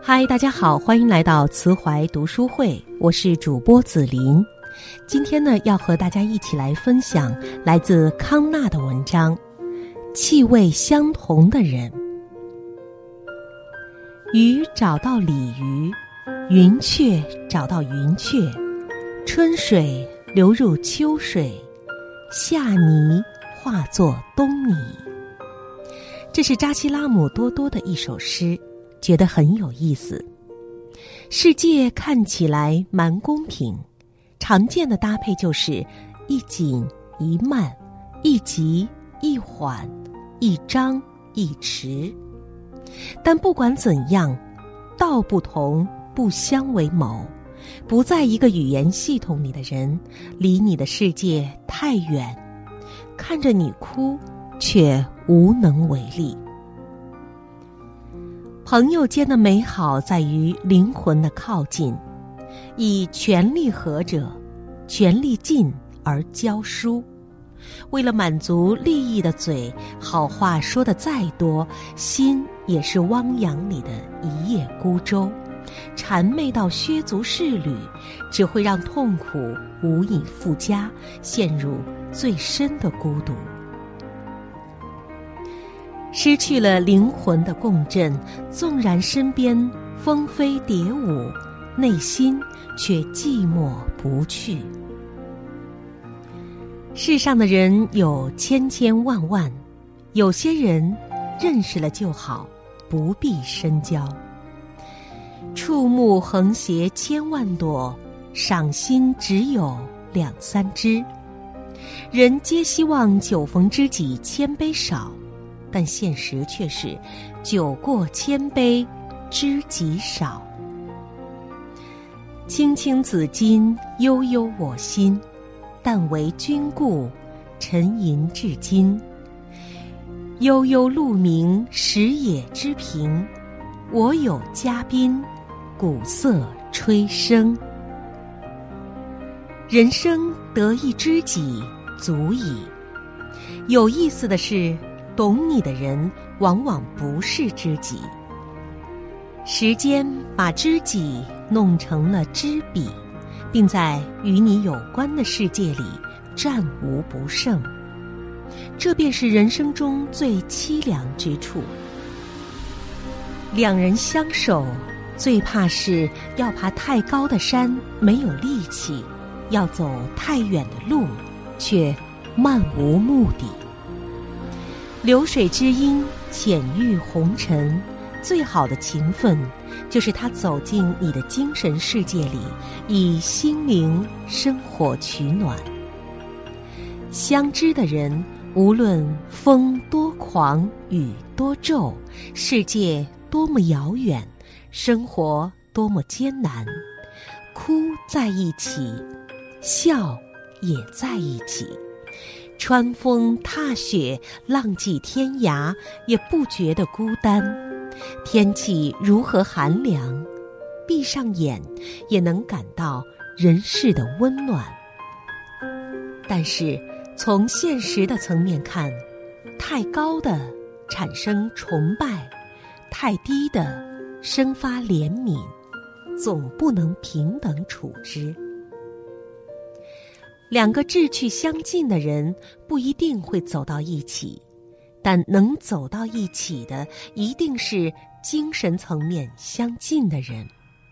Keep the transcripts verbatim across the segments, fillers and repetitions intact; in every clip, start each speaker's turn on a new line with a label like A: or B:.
A: 嗨，大家好，欢迎来到慈怀读书会，我是主播紫琳。今天呢，要和大家一起来分享来自康纳的文章《气味相同的人》。鱼找到鲤鱼，云雀找到云雀，春水流入秋水，夏泥化作冬泥。这是扎西拉姆多多的一首诗，觉得很有意思。世界看起来蛮公平，常见的搭配就是一紧一慢，一急一缓，一张一弛。但不管怎样，道不同不相为谋，不在一个语言系统里的人，离你的世界太远，看着你哭，却无能为力。朋友间的美好在于灵魂的靠近，以全力合者，全力尽而教书。为了满足利益的嘴，好话说得再多，心也是汪洋里的一叶孤舟，谄媚到削足适履，只会让痛苦无以复加，陷入最深的孤独。失去了灵魂的共振，纵然身边蜂飞蝶舞，内心却寂寞不去。世上的人有千千万万，有些人认识了就好，不必深交。触目横斜千万朵，赏心只有两三枝。人皆希望酒逢知己千杯少，但现实却是酒过千杯，知己少。青青子衿，悠悠我心，但为君故，沉吟至今。悠悠鹿鸣，食野之苹，我有嘉宾，鼓瑟吹笙。人生得一知己足矣。有意思的是，懂你的人往往不是知己。时间把知己弄成了知彼，并在与你有关的世界里战无不胜，这便是人生中最凄凉之处。两人相守，最怕是要爬太高的山没有力气，要走太远的路却漫无目的。流水之音浅遇红尘，最好的情分就是他走进你的精神世界里，以心灵生火取暖。相知的人，无论风多狂，雨多骤，世界多么遥远，生活多么艰难，哭在一起，笑也在一起。穿风踏雪，浪迹天涯，也不觉得孤单。天气如何寒凉，闭上眼也能感到人世的温暖。但是从现实的层面看，太高的产生崇拜，太低的生发怜悯，总不能平等处之。两个志趣相近的人不一定会走到一起，但能走到一起的一定是精神层面相近的人。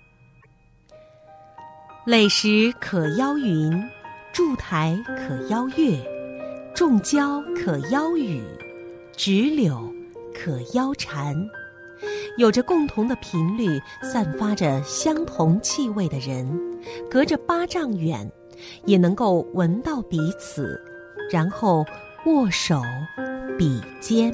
A: 垒石可邀云，筑台可邀月，种胶可邀雨，植柳可邀蝉。有着共同的频率，散发着相同气味的人，隔着八丈远也能够闻到彼此，然后握手比肩。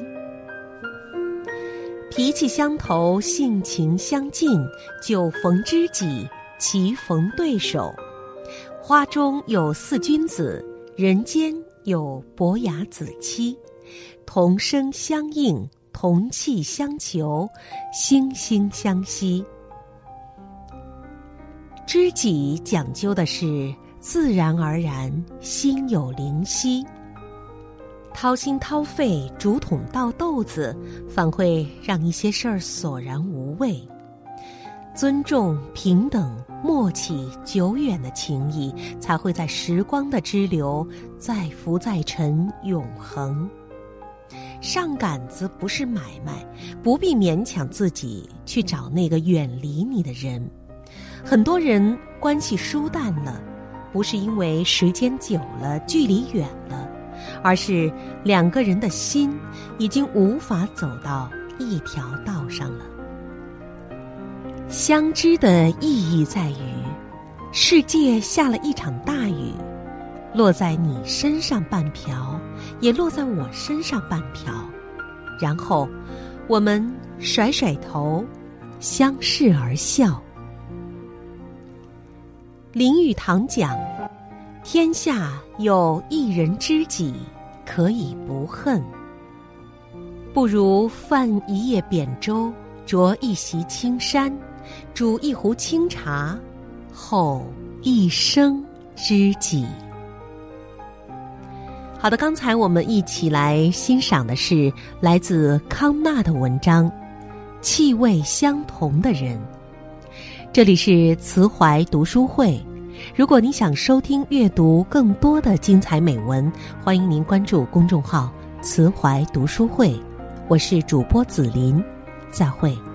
A: 脾气相投，性情相近，酒逢知己，棋逢对手。花中有四君子，人间有伯牙子期。同声相应，同气相求，惺惺相惜。知己讲究的是自然而然，心有灵犀。掏心掏肺，竹筒倒豆子，反会让一些事儿索然无味。 尊重、平等、默契、久远的情谊，才会在时光的支流再浮再沉，永恒。上杆子不是买卖，不必勉强自己去找那个远离你的人。很多人关系疏淡了，不是因为时间久了，距离远了，而是两个人的心已经无法走到一条道上了。相知的意义在于，世界下了一场大雨，落在你身上半瓢，也落在我身上半瓢，然后我们甩甩头，相视而笑。林语堂讲，天下有一人知己，可以不恨，不如泛一叶扁舟，酌一席青山，煮一壶清茶，后一生知己。好的，刚才我们一起来欣赏的是来自康纳的文章《气味相同的人》。这里是慈怀读书会，如果你想收听阅读更多的精彩美文，欢迎您关注公众号慈怀读书会，我是主播紫琳，再会。